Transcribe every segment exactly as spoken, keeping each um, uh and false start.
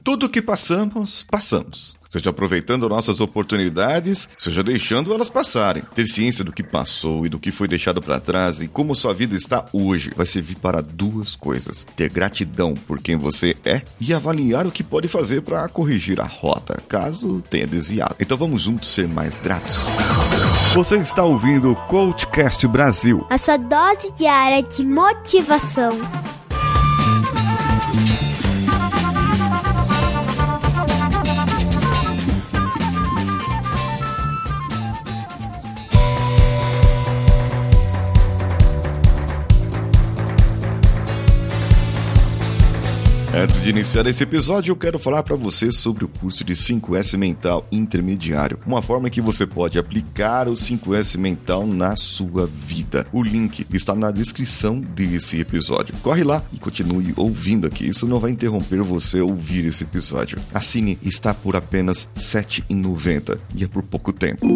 Tudo que passamos, passamos. Seja aproveitando nossas oportunidades, seja deixando elas passarem. Ter ciência do que passou e do que foi deixado para trás e como sua vida está hoje vai servir para duas coisas. Ter gratidão por quem você é e avaliar o que pode fazer para corrigir a rota, caso tenha desviado. Então vamos juntos ser mais gratos. Você está ouvindo o Coachcast Brasil, a sua dose diária de motivação. Antes de iniciar esse episódio, eu quero falar para você sobre o curso de cinco S Mental Intermediário, uma forma que você pode aplicar o cinco S Mental na sua vida. O link está na descrição desse episódio. Corre lá e continue ouvindo aqui, isso não vai interromper você ouvir esse episódio. Assine, está por apenas sete reais e noventa centavos e é por pouco tempo.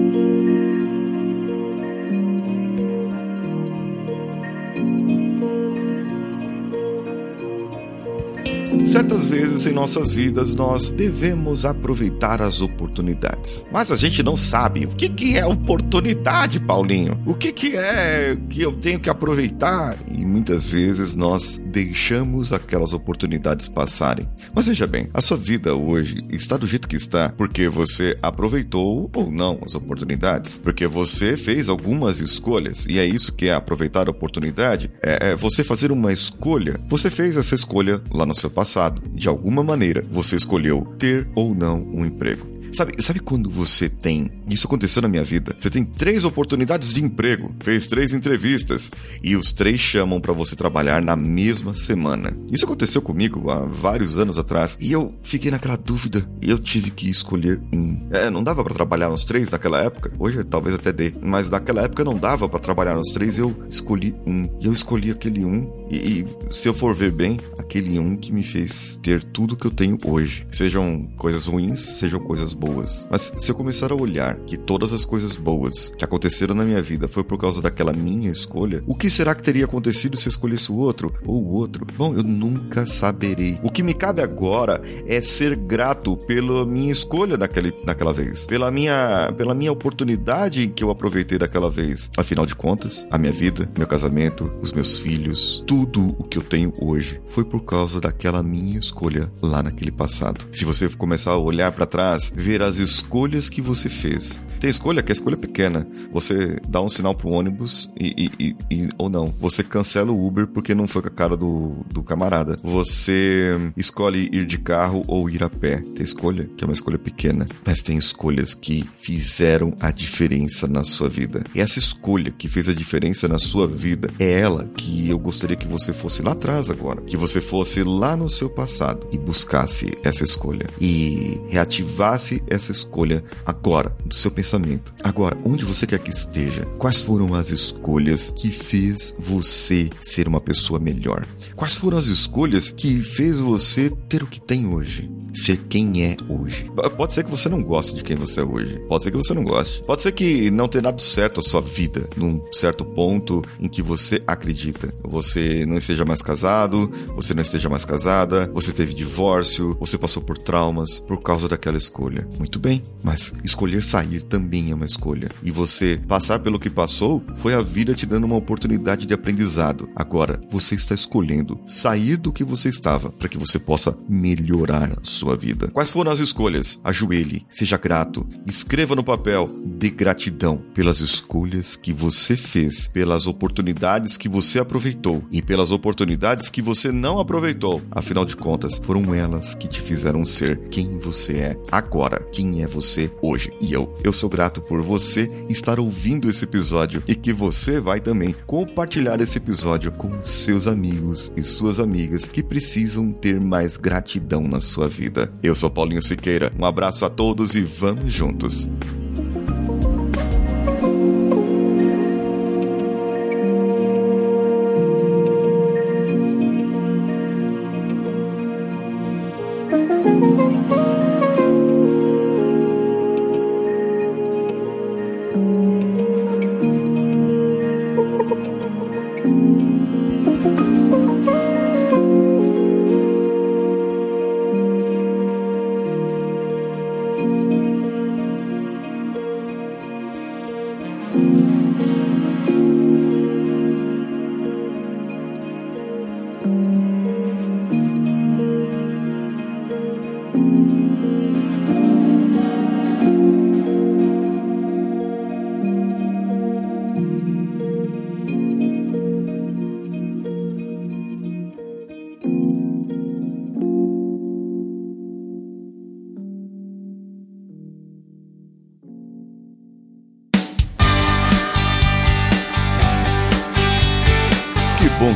Certas vezes em nossas vidas nós devemos aproveitar as oportunidades. Mas a gente não sabe o que, que é oportunidade, Paulinho. O que, que é que eu tenho que aproveitar? E muitas vezes nós deixamos aquelas oportunidades passarem. Mas veja bem, a sua vida hoje está do jeito que está porque você aproveitou ou não as oportunidades. Porque você fez algumas escolhas. E é isso que é aproveitar a oportunidade. É, é você fazer uma escolha. Você fez essa escolha lá no seu passado. De alguma maneira, você escolheu ter ou não um emprego. Sabe, sabe quando você tem... Isso aconteceu na minha vida. Você tem três oportunidades de emprego, fez três entrevistas e os três chamam para você trabalhar na mesma semana. Isso aconteceu comigo há vários anos atrás e eu fiquei naquela dúvida e eu tive que escolher um. É, não dava para trabalhar nos três naquela época. Hoje talvez até dê, mas naquela época não dava para trabalhar nos três e eu escolhi um. E eu escolhi aquele um e, e se eu for ver bem, aquele um que me fez ter tudo que eu tenho hoje. Sejam coisas ruins, sejam coisas boas. boas. Mas se eu começar a olhar que todas as coisas boas que aconteceram na minha vida foi por causa daquela minha escolha, o que será que teria acontecido se eu escolhesse o outro ou o outro? Bom, eu nunca saberei. O que me cabe agora é ser grato pela minha escolha daquele, daquela vez, pela minha, pela minha oportunidade que eu aproveitei daquela vez. Afinal de contas, a minha vida, meu casamento, os meus filhos, tudo o que eu tenho hoje foi por causa daquela minha escolha lá naquele passado. Se você começar a olhar para trás, ver as escolhas que você fez. Tem escolha que é escolha pequena. Você dá um sinal pro ônibus e, e, e, e ou não. Você cancela o Uber porque não foi com a cara do, do camarada. Você escolhe ir de carro ou ir a pé. Tem escolha que é uma escolha pequena, mas tem escolhas que fizeram a diferença na sua vida. E essa escolha que fez a diferença na sua vida é ela que eu gostaria que você fosse lá atrás agora. Que você fosse lá no seu passado e buscasse essa escolha. E reativasse essa escolha agora, do seu pensamento. Agora, onde você quer que esteja, quais foram as escolhas que fez você ser uma pessoa melhor? Quais foram as escolhas que fez você ter o que tem hoje? Ser quem é hoje. Pode ser que você não goste de quem você é hoje. Pode ser que você não goste. Pode ser que não tenha dado certo a sua vida num certo ponto em que você acredita. Você não esteja mais casado, você não esteja mais casada, você teve divórcio, você passou por traumas por causa daquela escolha. Muito bem, mas escolher sair também é uma escolha. E você passar pelo que passou foi a vida te dando uma oportunidade de aprendizado. Agora, você está escolhendo sair do que você estava para que você possa melhorar a sua vida. Quais foram as escolhas? Ajoelhe, seja grato, escreva no papel, dê gratidão pelas escolhas que você fez, pelas oportunidades que você aproveitou e pelas oportunidades que você não aproveitou. Afinal de contas, foram elas que te fizeram ser quem você é agora, quem é você hoje. E eu, eu sou grato por você estar ouvindo esse episódio e que você vai também compartilhar esse episódio com seus amigos e suas amigas que precisam ter mais gratidão na sua vida. Eu sou Paulinho Siqueira, um abraço a todos e vamos juntos!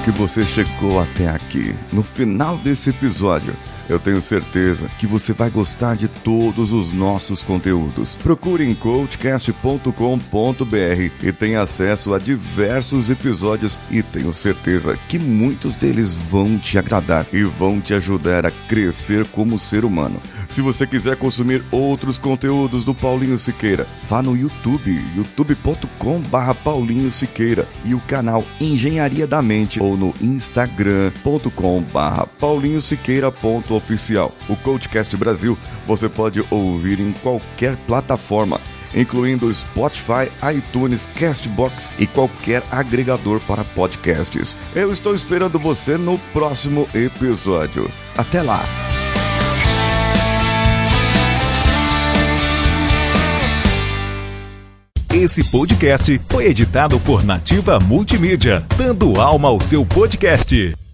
que você chegou até aqui, no final desse episódio. Eu tenho certeza que você vai gostar de todos os nossos conteúdos. Procure em coachcast ponto com ponto b r e tenha acesso a diversos episódios e tenho certeza que muitos deles vão te agradar e vão te ajudar a crescer como ser humano. Se você quiser consumir outros conteúdos do Paulinho Siqueira, vá no YouTube, youtube ponto com barra Paulinho Siqueira e o canal Engenharia da Mente ou no instagram ponto com barra Paulinho Siqueira ponto oficial. O Coachcast Brasil você pode ouvir em qualquer plataforma, incluindo Spotify, iTunes, Castbox e qualquer agregador para podcasts. Eu estou esperando você no próximo episódio. Até lá! Esse podcast foi editado por Nativa Multimídia, dando alma ao seu podcast.